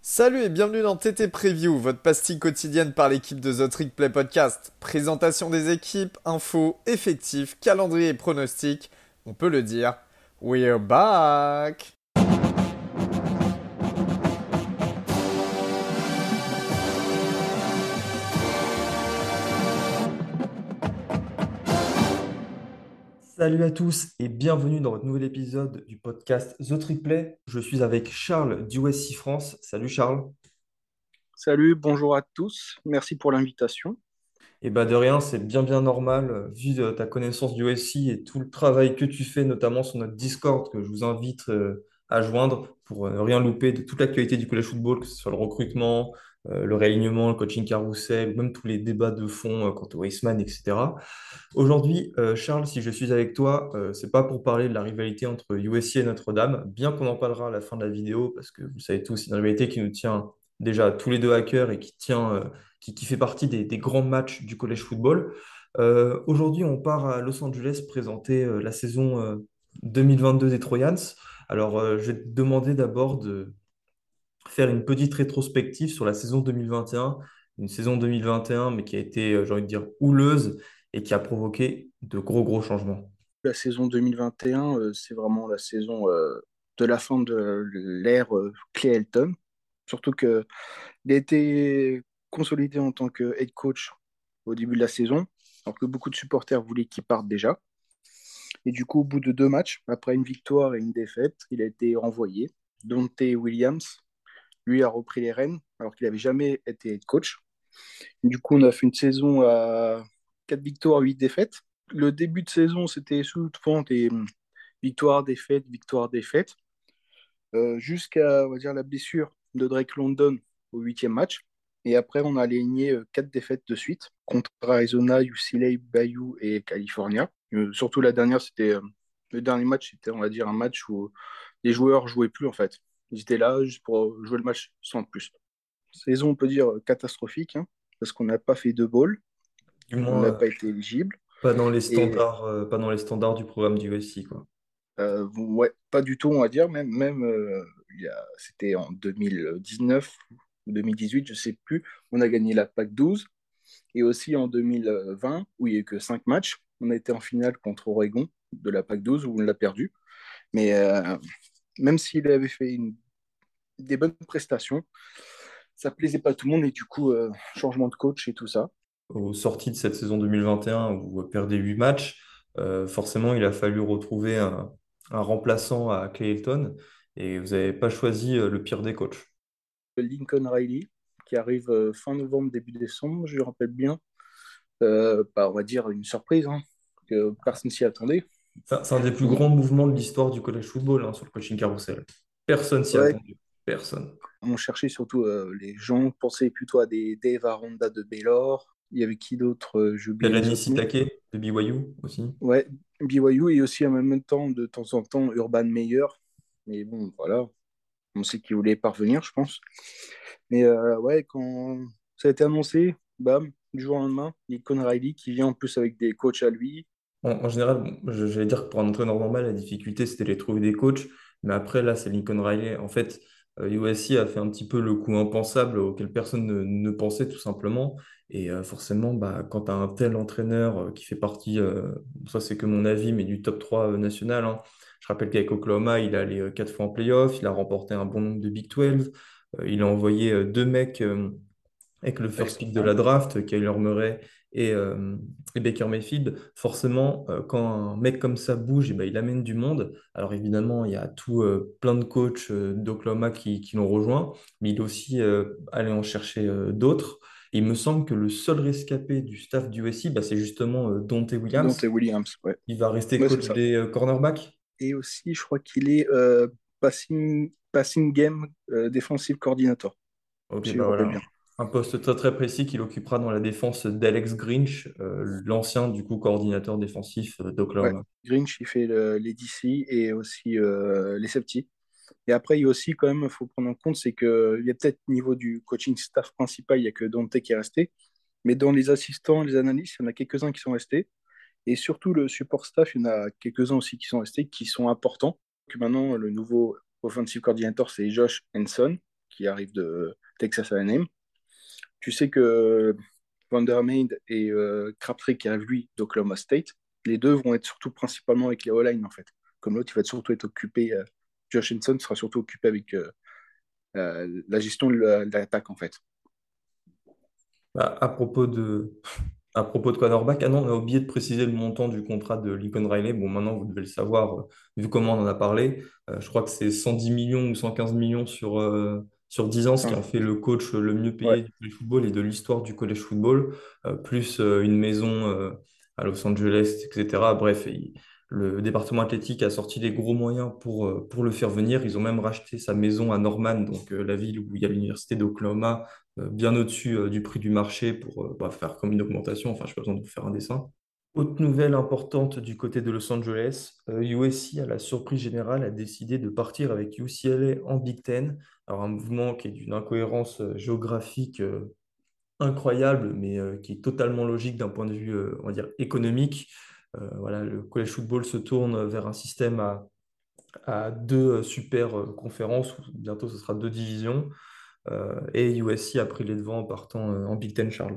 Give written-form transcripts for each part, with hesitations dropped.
Salut et bienvenue dans TT Preview, votre pastille quotidienne par l'équipe de The Trick Play Podcast. Présentation des équipes, infos, effectifs, calendrier et pronostics. On peut le dire, we're back! Salut à tous et bienvenue dans votre nouvel épisode du podcast The Triplet. Je suis avec Charles d'USC France. Salut Charles. Salut, bonjour à tous. Merci pour l'invitation. Et bah de rien, c'est bien normal, vu ta connaissance du USC et tout le travail que tu fais, notamment sur notre Discord, que je vous invite à joindre pour ne rien louper de toute l'actualité du college football, que ce soit le recrutement, le réalignement, le coaching carousel, même tous les débats de fond quant au Weissman, etc. Aujourd'hui, Charles, si je suis avec toi, c'est pas pour parler de la rivalité entre USC et Notre-Dame, bien qu'on en parlera à la fin de la vidéo, parce que vous savez tous, c'est une rivalité qui nous tient déjà tous les deux à cœur et qui fait partie des grands matchs du college football. Aujourd'hui, on part à Los Angeles présenter la saison 2022 des Trojans. Alors, je vais te demander d'abord de faire une petite rétrospective sur la saison 2021, une saison 2021, mais qui a été, j'ai envie de dire, houleuse et qui a provoqué de gros changements. La saison 2021, c'est vraiment la saison de la fin de l'ère Clay Helton. Surtout qu'il a été consolidé en tant que head coach au début de la saison, alors que beaucoup de supporters voulaient qu'il parte déjà. Et du coup, au bout de 2 matchs, après une victoire et une défaite, il a été renvoyé. Dante Williams, lui, a repris les rênes, alors qu'il n'avait jamais été head coach. Du coup, on a fait une saison à 4 victoires, 8 défaites. Le début de saison, c'était souvent des victoires, défaites, victoires, défaites, jusqu'à, on va dire, la blessure de Drake London au 8e match. Et après, on a aligné 4 défaites de suite contre Arizona, UCLA, Bayou et California. Surtout la dernière, le dernier match, c'était, on va dire, un match où les joueurs jouaient plus en fait. Ils étaient là juste pour jouer le match sans plus. Saison, on peut dire catastrophique, hein, parce qu'on n'a pas fait de bowl, Du on moins, n'a pas été éligible. pas dans les Et standards, pas dans les standards du programme du USC, quoi. ouais, pas du tout, on va dire. Même c'était en 2019 ou 2018, je sais plus. On a gagné la PAC 12. Et aussi en 2020, où il n'y a eu que 5 matchs, on a été en finale contre Oregon de la PAC 12, où on l'a perdu. Mais même s'il avait fait des bonnes prestations, ça plaisait pas à tout le monde. Et du coup, changement de coach et tout ça. Aux sorties de cette saison 2021 où vous perdez 8 matchs, forcément, il a fallu retrouver un remplaçant à Clayton et vous n'avez pas choisi le pire des coachs. Lincoln Riley, qui arrive fin novembre, début décembre, je me rappelle bien. On va dire une surprise, hein, que personne s'y attendait. C'est un des plus On, grands mouvements de l'histoire du college football, hein, sur le coaching carousel. Personne s'y ouais, attendait. Personne. on cherchait surtout les gens, pensaient plutôt à des Dave Aranda de Baylor. Il y avait qui d'autre? J'ai oublié les Kalani autres noms. Sitake de BYU aussi. Ouais, BYU et aussi en même temps, de temps en temps, Urban Meyer. Mais bon, voilà, on sait qu'il voulait parvenir, je pense. Mais ouais, quand ça a été annoncé, bam, du jour au lendemain, Lincoln Riley qui vient en plus avec des coachs à lui. En général, bon, j'allais dire que pour un entraîneur normal, la difficulté, c'était de trouver des coachs. Mais après, là, c'est Lincoln Riley. En fait, USC a fait un petit peu le coup impensable auquel personne ne pensait, tout simplement. Et forcément, bah, quand tu as un tel entraîneur qui fait partie, ça c'est que mon avis, mais du top 3 national, hein. Je rappelle qu'avec Oklahoma, il est allé 4 fois en playoff, il a remporté un bon nombre de Big 12, il a envoyé deux mecs avec le first pick de la Exactement. draft, Kyler Murray et Baker Mayfield, forcément, quand un mec comme ça bouge, eh ben, il amène du monde. Alors évidemment, il y a plein de coachs d'Oklahoma qui l'ont rejoint, mais il est aussi allé en chercher d'autres. Il me semble que le seul rescapé du staff du USC, bah, c'est justement Dante Dante Williams. Williams, ouais. Il va rester Ouais, c'est coach ça. des cornerbacks. Et aussi, je crois qu'il est passing game defensive coordinator, Ok, si je bah me rappelle voilà. bien. Un poste très précis qu'il occupera dans la défense d'Alex Grinch, l'ancien du coup coordinateur défensif Ouais. d'Oklahoma. Grinch, il fait les DC et aussi les safety. Et après, il y a aussi, quand même, il faut prendre en compte, c'est qu'il y a peut-être au niveau du coaching staff principal, il n'y a que Dante qui est resté. Mais dans les assistants, les analystes, il y en a quelques-uns qui sont restés. Et surtout, le support staff, il y en a quelques-uns aussi qui sont restés, qui sont importants. Que maintenant, le nouveau offensive coordinator, c'est Josh Henson, qui arrive de Texas A&M. Tu sais que Vandermeid et Crabtree qui arrive lui d'Oklahoma State, les deux vont être surtout principalement avec les O-line en fait. Comme l'autre, il va surtout être occupé, Josh Henson sera surtout occupé avec la gestion de l'attaque en fait. Bah, à propos de cornerback, ah non, on a oublié de préciser le montant du contrat de Lincoln Riley. Bon, maintenant, vous devez le savoir, vu comment on en a parlé. Je crois que c'est 110 millions ou 115 millions sur 10 ans, ce qui Enfin, en fait le coach le mieux ouais. payé du college football et de l'histoire du college football, plus une maison à Los Angeles, etc. Bref, le département athlétique a sorti des gros moyens pour le faire venir. Ils ont même racheté sa maison à Norman, donc la ville où il y a l'université d'Oklahoma, bien au-dessus du prix du marché pour faire comme une augmentation. Enfin, je n'ai pas besoin de vous faire un dessin. Autre nouvelle importante du côté de Los Angeles, USC, à la surprise générale, a décidé de partir avec UCLA en Big Ten. Alors, un mouvement qui est d'une incohérence géographique incroyable, mais qui est totalement logique d'un point de vue, on va dire, économique. Voilà, le college football se tourne vers un système à deux super conférences, ou bientôt ce sera deux divisions. Et USC a pris les devants en partant en Big Ten, Charles.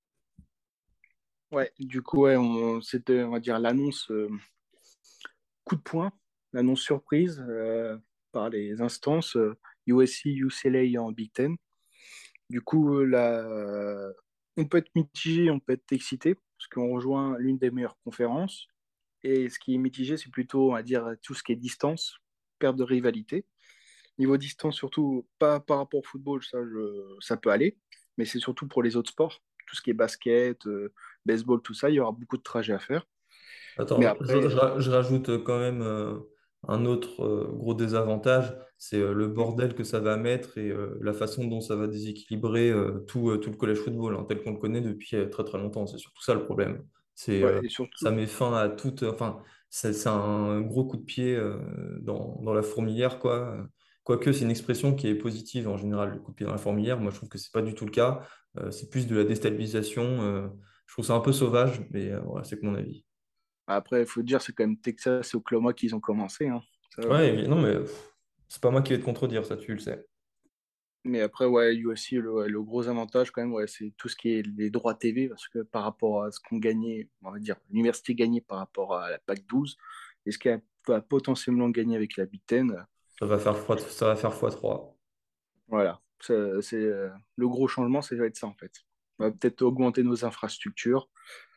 Ouais, du coup, ouais, c'était, on va dire, l'annonce coup de poing, l'annonce surprise par les instances USC, UCLA en Big Ten. Du coup, on peut être mitigé, on peut être excité, parce qu'on rejoint l'une des meilleures conférences. Et ce qui est mitigé, c'est plutôt, on va dire, tout ce qui est distance, perte de rivalité. Niveau distance, surtout, pas par rapport au football, ça peut aller, mais c'est surtout pour les autres sports. Tout ce qui est basket, baseball, tout ça, il y aura beaucoup de trajets à faire. Mais Attends, après, je rajoute quand même un autre gros désavantage, c'est le bordel que ça va mettre et la façon dont ça va déséquilibrer tout le college football, hein, tel qu'on le connaît depuis très très longtemps. C'est surtout ça le problème. ouais, et Ça surtout, met fin à toute. Enfin, c'est un gros coup de pied dans la fourmilière, quoi. Quoique c'est une expression qui est positive en général, le coup de pied dans la fourmilière. Moi, je trouve que c'est pas du tout le cas. C'est plus de la déstabilisation. Je trouve ça un peu sauvage, mais voilà, c'est que mon avis. après, il faut dire, c'est quand même Texas et Oklahoma qu'ils ont commencé, hein. Ça, Ouais, non, mais c'est pas moi qui vais te contredire, ça, tu le sais. mais après, ouais, USC, le gros avantage quand même, ouais, c'est tout ce qui est les droits TV, parce que par rapport à ce qu'on gagnait, on va dire, l'université gagnait par rapport à la PAC 12, et ce qu'elle va potentiellement gagner avec la Big Ten, Ça va faire x3. voilà. C'est le gros changement, ça va être ça en fait. On va peut-être augmenter nos infrastructures.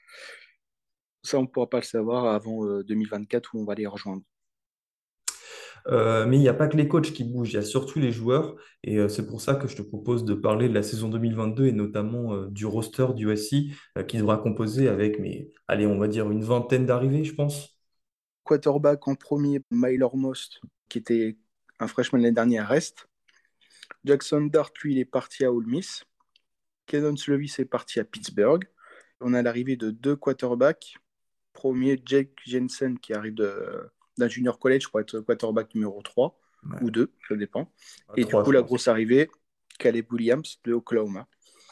Ça, on ne pourra pas le savoir avant 2024 où on va les rejoindre. Mais il n'y a pas que les coachs qui bougent, il y a surtout les joueurs. Et c'est pour ça que je te propose de parler de la saison 2022 et notamment du roster du USC qui devra composer avec, mais, allez, on va dire une vingtaine d'arrivées, je pense. Quarterback en premier, Mylor Most, qui était un freshman l'année dernière, reste. Jackson Dart, lui, il est parti à Ole Miss. Kedon Slovis est parti à Pittsburgh. On a l'arrivée de deux quarterbacks. Premier, Jake Jensen, qui arrive d'un junior college pour être quarterback numéro 3 ou Ouais, 2, ça dépend. à Et du 3, coup, je la pense. grosse arrivée, Caleb Williams de Oklahoma,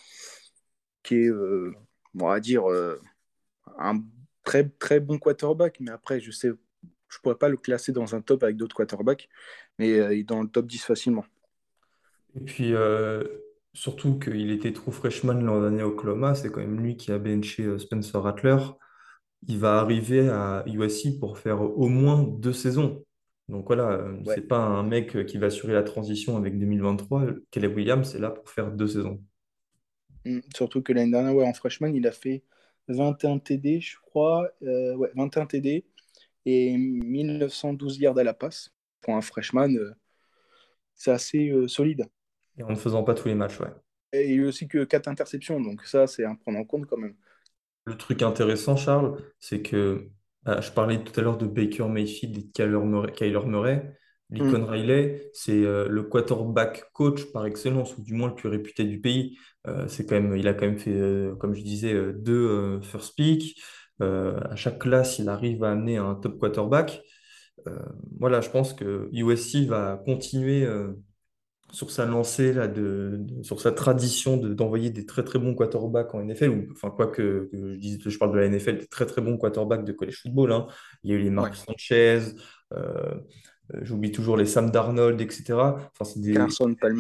qui est, on va dire, un très, très bon quarterback. Mais après, je ne pourrais pas le classer dans un top avec d'autres quarterbacks, mais il est dans le top 10 facilement. Et puis, surtout qu'il était trop freshman l'an dernier à Oklahoma, c'est quand même lui qui a benché Spencer Rattler. Il va arriver à USC pour faire au moins 2 saisons. Donc voilà, Ouais. c'est pas un mec qui va assurer la transition avec 2023. Caleb Williams est là pour faire 2 saisons. Surtout que l'année dernière, ouais, en freshman, il a fait 21 TD, je crois. Ouais, 21 TD et 1912 yards à la passe. Pour un freshman, c'est assez solide. Et en ne faisant pas tous les matchs, ouais. Et il a aussi que 4 interceptions, donc ça, c'est à prendre en compte quand même. Le truc intéressant, Charles, c'est que je parlais tout à l'heure de Baker Mayfield et de Kyler Murray. Mm. Lincoln Riley, c'est le quarterback coach par excellence, ou du moins le plus réputé du pays. Il a quand même fait, comme je disais, deux first pick. À chaque classe, il arrive à amener un top quarterback. Euh, voilà, je pense que USC va continuer sur sa lancée, là, sur sa tradition d'envoyer des très très bons quarterbacks en NFL, ou enfin quoi que je parle de la NFL, des très très bons quarterbacks de college football, hein. Il y a eu les Ouais. Mark Sanchez, euh, j'oublie toujours les Sam Darnold, etc. Enfin, Carson Palmer.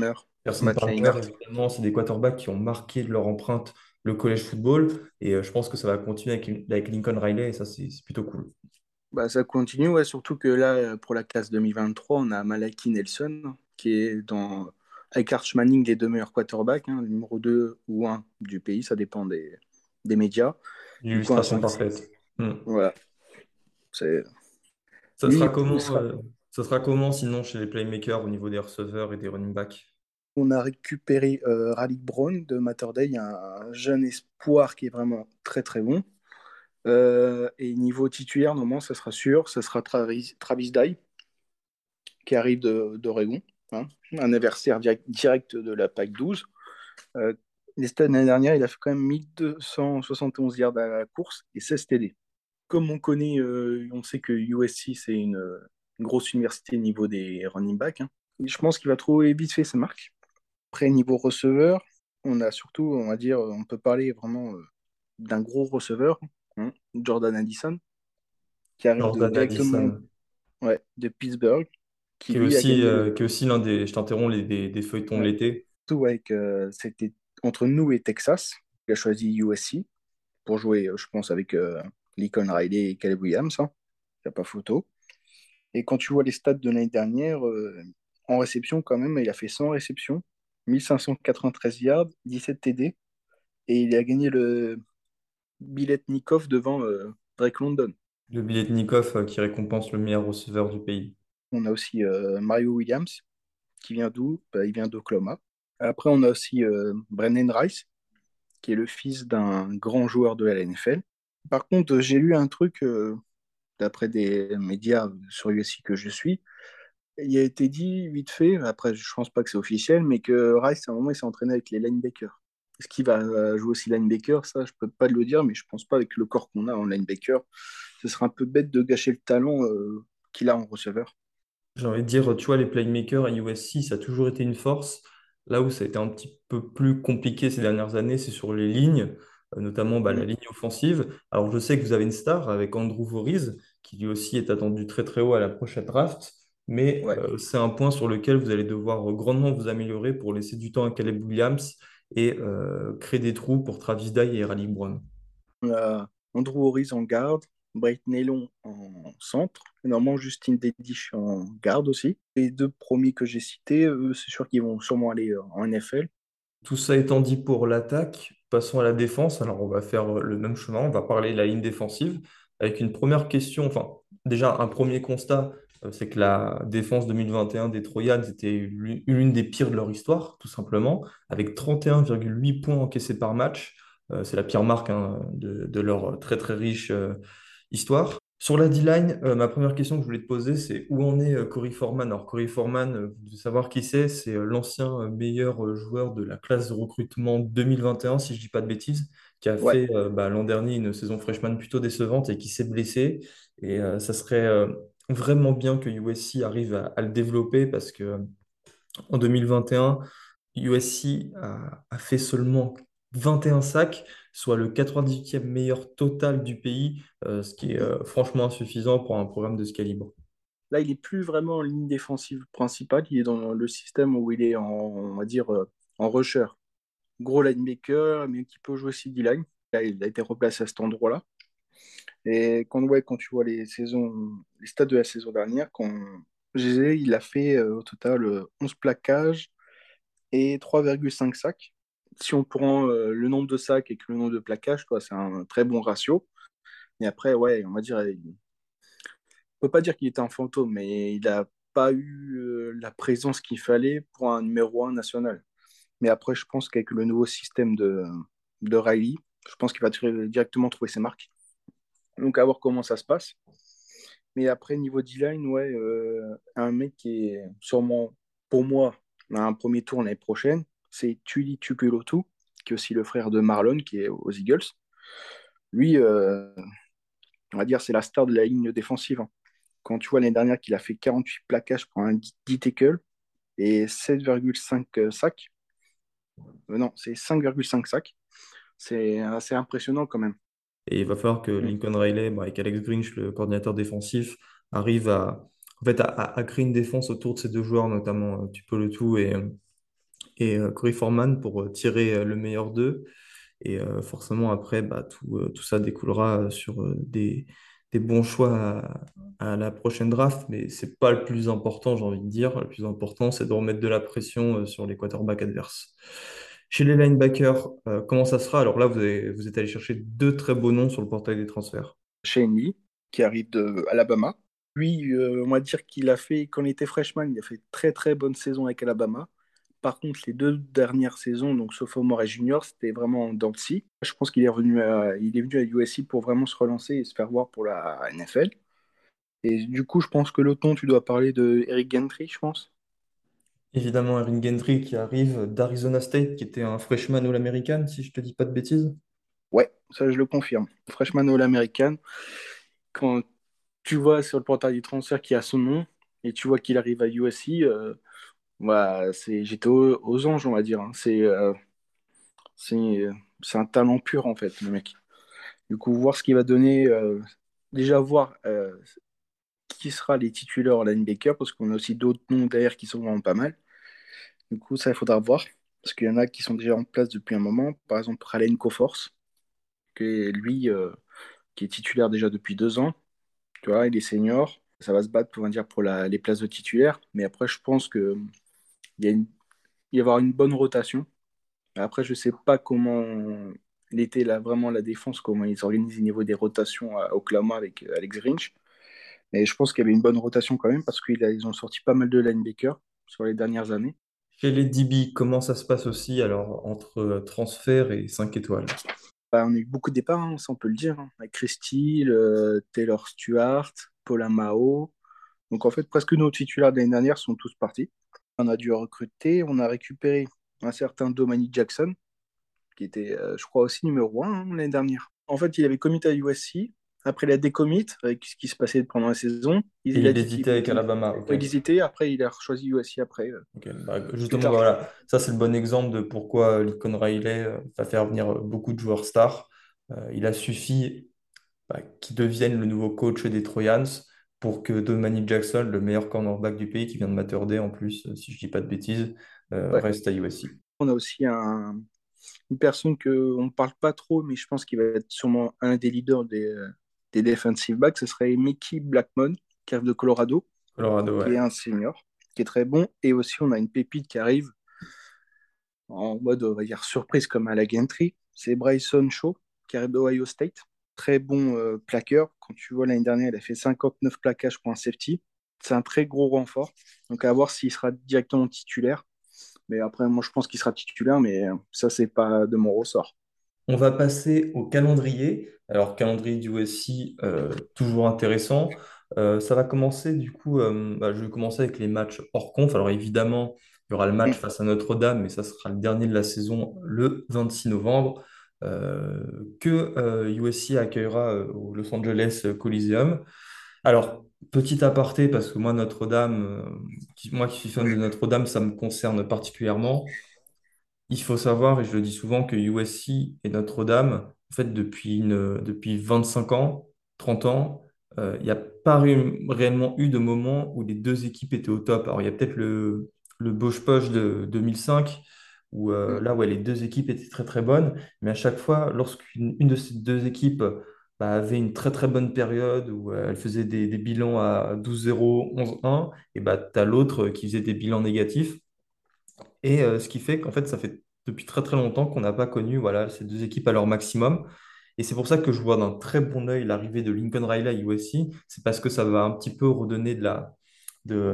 Carson Matt Palmer, Leinart. évidemment, c'est des quarterbacks qui ont marqué de leur empreinte le college football. Et je pense que ça va continuer avec Lincoln Riley, et ça, c'est plutôt cool. Bah, ça continue, ouais, surtout que là, pour la classe 2023, on a Malaki Nelson, qui est avec Arch Manning, les deux meilleurs quarterbacks, hein, le numéro 2 ou un du pays, ça dépend des médias. Une Du coup, un illustration 5, parfaite. Hmm. voilà. C'est... Ça Lui, sera il comment, sera... ça sera comment sinon chez les playmakers au niveau des receveurs et des running backs? On a récupéré Raleigh Brown de Mater Dei, un jeune espoir qui est vraiment très très bon. Et niveau titulaire, normalement, ça sera sûr, ça sera Travis Dye, qui arrive d'Oregon, hein, un adversaire direct de la PAC 12. Euh, les stats l'année dernière, il a fait quand même 1271 yards à la course et 16 TD. Comme on connaît, on sait que USC, c'est une grosse université au niveau des running backs. Hein. Je pense qu'il va trouver vite fait sa marque. Après, niveau receveur, on a surtout, on va dire, on peut parler vraiment d'un gros receveur, hein, Jordan Addison, qui arrive Jordan directement, Addison, ouais, de Pittsburgh, qui lui a gagné le qui est aussi l'un des, je t'interromps, des feuilletons de ouais, l'été. tout avec, c'était entre nous et Texas. Il a choisi USC pour jouer, je pense, avec Lincoln Riley et Caleb Williams. Hein. Il n'y a pas photo. Et quand tu vois les stats de l'année dernière, en réception, quand même, il a fait 100 réceptions, 1593 yards, 17 TD, et il a gagné le Biletnikov devant Drake London. Le Biletnikoff qui récompense le meilleur receveur du pays. On a aussi Mario Williams, qui vient d'où? Bah, il vient d'Oklahoma. Après, on a aussi Brennan Rice, qui est le fils d'un grand joueur de la NFL. Par contre, j'ai lu un truc, d'après des médias sur USC que je suis, il a été dit vite fait, après je pense pas que c'est officiel, mais que Rice, à un moment, il s'est entraîné avec les linebackers. Est-ce qu'il va jouer aussi linebacker? Ça, je peux pas le dire, mais je pense pas avec le corps qu'on a en linebacker. Ce serait un peu bête de gâcher le talent qu'il a en receveur. J'ai envie de dire, tu vois, les playmakers à USC, ça a toujours été une force. Là où ça a été un petit peu plus compliqué ces dernières années, c'est sur les lignes, notamment bah, la Mm. ligne offensive. Alors, je sais que vous avez une star avec Andrew Voriz, qui lui aussi est attendu très très haut à la prochaine draft, mais Ouais. c'est un point sur lequel vous allez devoir grandement vous améliorer pour laisser du temps à Caleb Williams et créer des trous pour Travis Dye et Raleigh Brown. On a Andrew Horris en garde, Brait Nelon en centre, et normalement Justin Dedish en garde aussi. Les deux premiers que j'ai cités, c'est sûr qu'ils vont sûrement aller en NFL. Tout ça étant dit pour l'attaque, passons à la défense. Alors, on va faire le même chemin. On va parler de la ligne défensive avec une première question. Enfin, déjà, un premier constat, c'est que la défense 2021 des Trojans était l'une des pires de leur histoire, tout simplement, avec 31,8 points encaissés par match. C'est la pire marque hein, de leur très, très riche histoire. Sur la D-line, ma première question que je voulais te poser, c'est où en est Corey Foreman? Alors, Corey Foreman, vous devez savoir qui c'est l'ancien meilleur joueur de la classe de recrutement 2021, si je ne dis pas de bêtises, qui a Ouais, fait bah, l'an dernier une saison freshman plutôt décevante et qui s'est blessé. Et ça serait vraiment bien que USC arrive à le développer parce que en 2021, USC a fait seulement 21 sacs, soit le 98e meilleur total du pays, ce qui est franchement insuffisant pour un programme de ce calibre. là il est plus vraiment en ligne défensive principale, il est dans le système où il est on va dire, en rusher. Gros linebacker, mais qui peut jouer aussi D-line. Là, il a été replacé à cet endroit-là. Et quand tu vois les stats de la saison dernière, il a fait au total 11 plaquages et 3,5 sacs. Si on prend le nombre de sacs et que le nombre de plaquages, toi, c'est un très bon ratio. Mais après, ouais, on va dire, on peut pas dire qu'il était un fantôme, mais il n'a pas eu la présence qu'il fallait pour un numéro un national. Mais après, je pense qu'avec le nouveau système de Riley, je pense qu'il va directement trouver ses marques. Donc, à voir comment ça se passe. Mais après, niveau D-line, ouais, un mec qui est sûrement, pour moi, un premier tour l'année prochaine, c'est Tuli Tupulotu, qui est aussi le frère de Marlon, qui est aux Eagles. Lui, on va dire, c'est la star de la ligne défensive. Hein. Quand tu vois l'année dernière qu'il a fait 48 plaquages pour un 10 tackles et 7,5 sacs, non, c'est 5,5 sacs, c'est assez impressionnant quand même. Et il va falloir que Mm. Lincoln Riley, bah, avec Alex Grinch, le coordinateur défensif, arrive à, en fait, à créer une défense autour de ces deux joueurs, notamment Tupelotu et Corey Foreman pour tirer le meilleur d'eux. Et forcément, après, bah, tout ça découlera sur des bons choix à la prochaine draft, mais c'est pas le plus important, j'ai envie de dire. Le plus important, c'est de remettre de la pression sur les quarterbacks adverses. Chez les linebackers, comment ça sera? Alors là, vous êtes allé chercher deux très beaux noms sur le portail des transferts. Shane Lee, qui arrive de Alabama. Lui, on va dire qu'il a fait, quand il était freshman, il a fait très très bonne saison avec Alabama. Par contre, les deux dernières saisons, donc sophomore et junior, c'était vraiment en dents de scie. Je pense il est venu à USC pour vraiment se relancer et se faire voir pour la NFL. Et du coup, je pense que l'autre nom, tu dois parler de Eric Gentry, je pense. Évidemment, Erin Gendry qui arrive d'Arizona State, qui était un freshman All-American, si je te dis pas de bêtises. Ouais, ça je le confirme. Freshman All-American, quand tu vois sur le portail du transfert qu'il y a son nom et tu vois qu'il arrive à USC, j'étais aux anges, on va dire, hein. C'est, euh, c'est un talent pur, en fait, le mec. Du coup, voir ce qu'il va donner, déjà voir qui sera les titulaires en linebacker, parce qu'on a aussi d'autres noms derrière qui sont vraiment pas mal. Du coup, ça, il faudra voir, parce qu'il y en a qui sont déjà en place depuis un moment. Par exemple, Ralen Koforce, qui est lui, qui est titulaire déjà depuis 2 ans. Tu vois, il est senior. Ça va se battre, pour, on va dire, pour les places de titulaire. Mais après, je pense que il va y avoir une bonne rotation. Après, je sais pas comment l'était là, vraiment la défense, comment ils organisent au niveau des rotations à Oklahoma avec Alex Grinch. Mais je pense qu'il y avait une bonne rotation quand même parce qu'ils ont sorti pas mal de linebackers sur les dernières années. Chez les DB, comment ça se passe aussi alors entre transfert et 5 étoiles? Bah, on a eu beaucoup de départs, hein, ça on peut le dire, hein, avec Christy, Taylor Stewart, Paula Mao. Donc en fait, presque nos titulaires de l'année dernière sont tous partis. On a dû recruter, on a récupéré un certain Domani Jackson, qui était, je crois, aussi numéro 1 l'année dernière. En fait, il avait commit à USC. Après, il a décommit avec ce qui se passait pendant la saison. Et Il a il dit qu'il hésitait avec voulait. Alabama, ok. Ouais, il hésitait. Après, il a choisi USC après, Ok, bah, plus justement, bah, tard. voilà, ça c'est le bon exemple de pourquoi Lincoln Riley va faire venir beaucoup de joueurs stars. Il a suffi qu'il devienne le nouveau coach des Trojans pour que Dominic Jackson, le meilleur cornerback du pays, qui vient de Mater Dei en plus, si je dis pas de bêtises, Ouais. reste à USC. On a aussi une personne qu'on ne parle pas trop, mais je pense qu'il va être sûrement un des leaders des defensive backs. Ce serait Mickey Blackmon, qui arrive de Colorado, Colorado, qui est ouais. un senior, qui est très bon. Et aussi, on a une pépite qui arrive en mode, on va dire, surprise comme à la Gentry. C'est Bryson Shaw, qui arrive d'Ohio State. Très bon plaqueur. Quand tu vois l'année dernière, il a fait 59 plaquages pour un safety. C'est un très gros renfort. Donc à voir s'il sera directement titulaire. Mais après, moi, je pense qu'il sera titulaire, mais ça, c'est pas de mon ressort. On va passer au calendrier. Alors, calendrier du USC, toujours intéressant. Ça va commencer, du coup, je vais commencer avec les matchs hors conf. Alors, évidemment, il y aura le match Mm. face à Notre-Dame, mais ça sera le dernier de la saison le 26 novembre, que USC accueillera au Los Angeles Coliseum. Alors, petit aparté, parce que moi, Notre-Dame, moi qui suis fan de Notre-Dame, ça me concerne particulièrement. Il faut savoir, et je le dis souvent, que USC et Notre-Dame, en fait, depuis 25 ans, 30 ans, il n'y a pas réellement eu de moment où les deux équipes étaient au top. Alors, il y a peut-être le Bosch-Poche de 2005, où Mm. là, ouais, les deux équipes étaient très, très bonnes. Mais à chaque fois, lorsqu'une une de ces deux équipes avait une très, très bonne période, où elle faisait des bilans à 12-0, 11-1, et tu as l'autre qui faisait des bilans négatifs. Et ce qui fait qu'en fait, ça fait depuis très très longtemps qu'on n'a pas connu voilà, ces deux équipes à leur maximum. Et c'est pour ça que je vois d'un très bon œil l'arrivée de Lincoln Riley à USC. C'est parce que ça va un petit peu redonner de,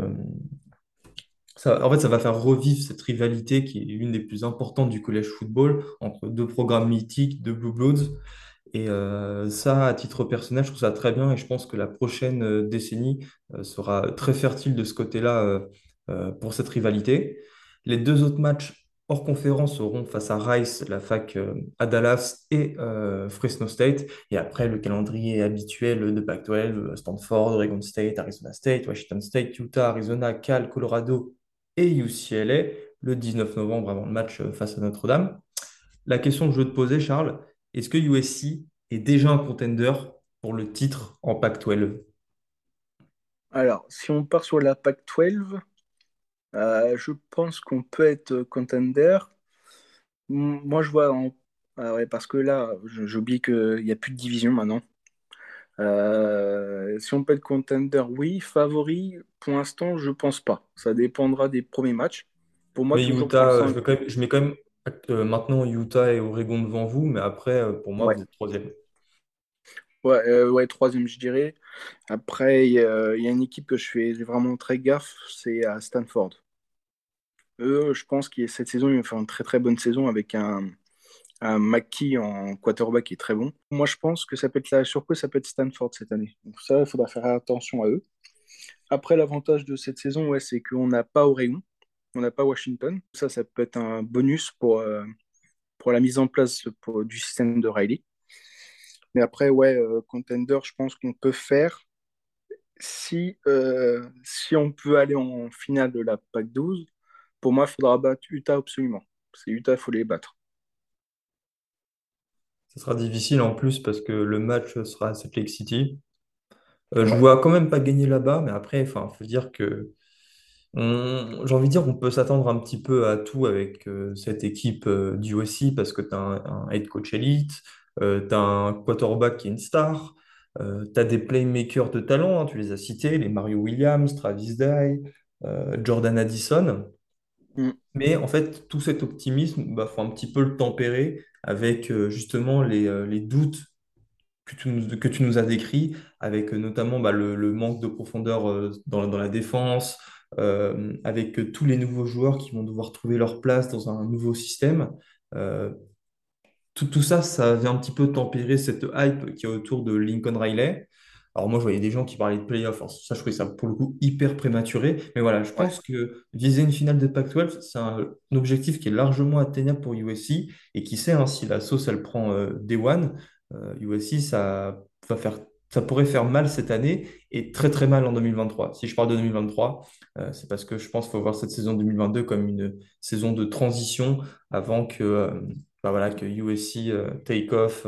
en fait, ça va faire revivre cette rivalité qui est l'une des plus importantes du college football entre deux programmes mythiques, deux Blue Bloods. Et ça, à titre personnel, je trouve ça très bien et je pense que la prochaine décennie sera très fertile de ce côté-là pour cette rivalité. Les deux autres matchs hors conférence seront face à Rice, la fac à Dallas et Fresno State. Et après, le calendrier habituel de Pac-12, Stanford, Oregon State, Arizona State, Washington State, Utah, Arizona, Cal, Colorado et UCLA le 19 novembre avant le match face à Notre-Dame. La question que je veux te poser, Charles, est-ce que USC est déjà un contender pour le titre en Pac-12? Alors, si on part sur la PAC 12, Je pense qu'on peut être contender. Moi, je vois Ah ouais, parce que là, j'oublie qu'il n'y a plus de division maintenant. Si on peut être contender, oui. Favori, pour l'instant, je pense pas. Ça dépendra des premiers matchs. Pour moi, Mais toujours pour Utah, l'instant, je mets quand même maintenant Utah et Oregon devant vous, mais après, pour moi, ouais. vous êtes troisième. Ouais, ouais, troisième, je dirais. Après, il y a une équipe que je fais vraiment très gaffe, c'est à Stanford. Eux, je pense que cette saison, ils vont faire une très très bonne saison avec un McKee en quarterback qui est très bon. Moi, je pense que ça peut être la surprise, ça peut être Stanford cette année. Donc ça, il faudra faire attention à eux. Après, l'avantage de cette saison, ouais, c'est qu'on n'a pas Oregon, on n'a pas Washington. Ça peut être un bonus pour la mise en place du système de Riley. Mais après, ouais, contender, je pense qu'on peut faire si on peut aller en finale de la PAC 12. Pour moi, il faudra battre Utah absolument. C'est Utah, il faut les battre. Ce sera difficile en plus parce que le match sera à Salt Lake City. Je Ouais. vois quand même pas gagner là-bas, mais après, enfin, faut dire que j'ai envie de dire qu'on peut s'attendre un petit peu à tout avec cette équipe du USC parce que tu as un head coach élite, tu as un quarterback qui est une star, tu as des playmakers de talent, hein, tu les as cités, les Mario Williams, Travis Dye, Jordan Addison. Mm. Mais en fait, tout cet optimisme, bah, faut un petit peu le tempérer avec justement les doutes que tu nous as décrits, avec notamment bah, le manque de profondeur dans la défense, avec tous les nouveaux joueurs qui vont devoir trouver leur place dans un nouveau système. Euh, tout ça, ça vient un petit peu tempérer cette hype qui est autour de Lincoln Riley. Alors moi, je voyais des gens qui parlaient de playoffs. Alors ça, je trouvais ça pour le coup hyper prématuré. Mais voilà, je Ouais. pense que viser une finale de Pac-12, c'est un objectif qui est largement atteignable pour USC et qui sait, hein, si la sauce, elle prend Day One, USC, ça pourrait faire mal cette année et très très mal en 2023. Si je parle de 2023, c'est parce que je pense qu'il faut voir cette saison 2022 comme une saison de transition avant que bah voilà, que USC take off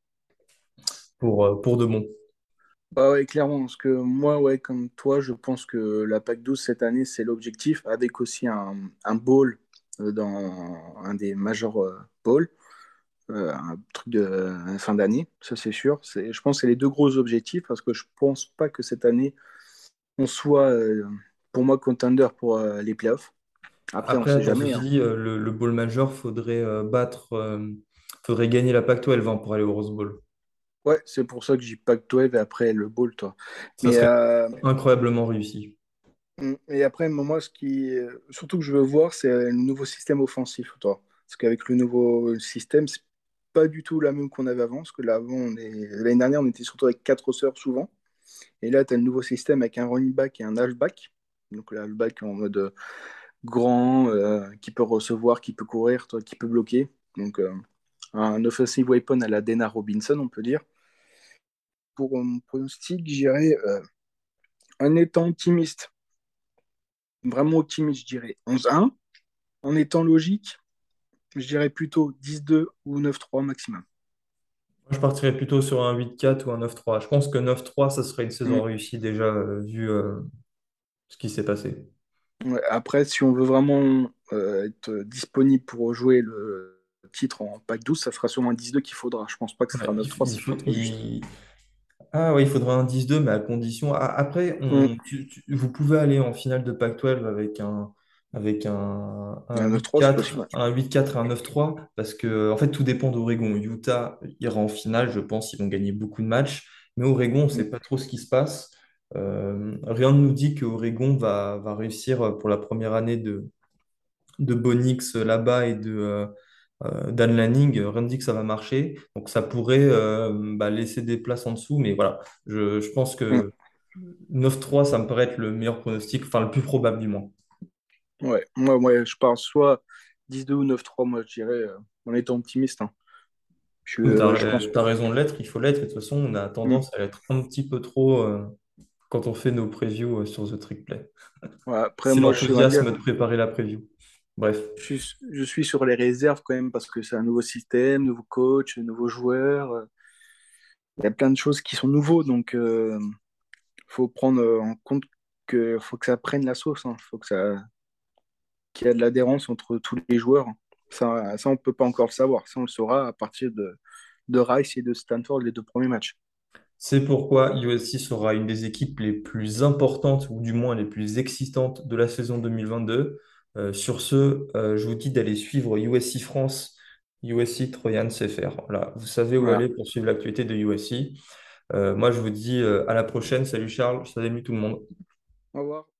pour de bon. Bah ouais, clairement, parce que moi, ouais, comme toi, je pense que la PAC 12 cette année, c'est l'objectif, avec aussi un bowl dans un des major bowls, un truc de fin d'année, ça c'est sûr. Je pense que c'est les deux gros objectifs, parce que je pense pas que cette année, on soit, pour moi, contender pour les playoffs. Après, on Après, sait attends, jamais, ceci hein. dit, le bowl major, faudrait gagner la Pac-12 pour aller au Rose Bowl. Ouais, c'est pour ça que j'ai PAC 12 et après le bowl, toi. Ça Mais serait incroyablement réussi. Et après, moi, surtout que je veux voir, c'est le nouveau système offensif, toi. Parce qu'avec le nouveau système, c'est pas du tout la même qu'on avait avant. Parce que là, avant, l'année dernière, on était surtout avec quatre sœurs souvent. Et là, tu as le nouveau système avec un running back et un halfback. Donc, le halfback en mode grand, qui peut recevoir, qui peut courir, toi, qui peut bloquer. Donc, un offensive weapon à la Dana Robinson, on peut dire. Pour mon pronostic, j'irais, en étant optimiste, vraiment optimiste, je dirais 11-1. En étant logique, je dirais plutôt 10-2 ou 9-3 maximum. Moi, je partirais plutôt sur un 8-4 ou un 9-3. Je pense que 9-3, ça serait une saison Mm. réussie déjà, vu ce qui s'est passé. Ouais, après, si on veut vraiment être disponible pour jouer le titre en pack 12, ça sera sûrement un 10-2 qu'il faudra. Je pense pas que ce Ouais, sera 9-3, ce sera trop juste. Ah oui, il faudrait un 10-2, mais à condition. Après, Mm. vous pouvez aller en finale de Pac-12 avec un Un huit 9-3, c'est possible. quatre, un 8-4 et un 9-3, parce que en fait, tout dépend d'Oregon. Utah ira en finale, je pense, ils vont gagner beaucoup de matchs, mais Oregon, on ne Mm. sait pas trop ce qui se passe. Rien ne nous dit que Oregon va réussir pour la première année de Bonix là-bas et de Dan Lanning, rien ne dit que ça va marcher. Donc ça pourrait bah, laisser des places en dessous. Mais voilà, je pense Mm. que 9-3, ça me paraît être le meilleur pronostic, enfin le plus probable du moins. Ouais, moi, je pars soit 10-2 ou 9-3, moi, je dirais, en étant optimiste, hein. Je pense. T'as raison de l'être, il faut l'être. Et de toute façon, on a Mm. tendance à l'être un petit peu trop quand on fait nos previews sur The Trick Play. Ouais, après, C'est moi, je suis l'enthousiasme de préparer la preview. Bref. je suis sur les réserves quand même parce que c'est un nouveau système, nouveau coach, nouveau joueur. Il y a plein de choses qui sont nouveaux, donc faut prendre en compte que faut que ça prenne la sauce, hein. Faut que ça. qu'il y a de l'adhérence entre tous les joueurs. Ça, on ne peut pas encore le savoir. Ça, on le saura à partir de Rice et de Stanford, les deux premiers matchs. C'est pourquoi USC sera une des équipes les plus importantes, ou du moins les plus excitantes de la saison 2022. Sur ce, je vous dis d'aller suivre USC France, USC Trojan CFR. Voilà, vous savez où Voilà. aller pour suivre l'actualité de USC. Moi, je vous dis à la prochaine. Salut Charles, salut tout le monde. Au revoir.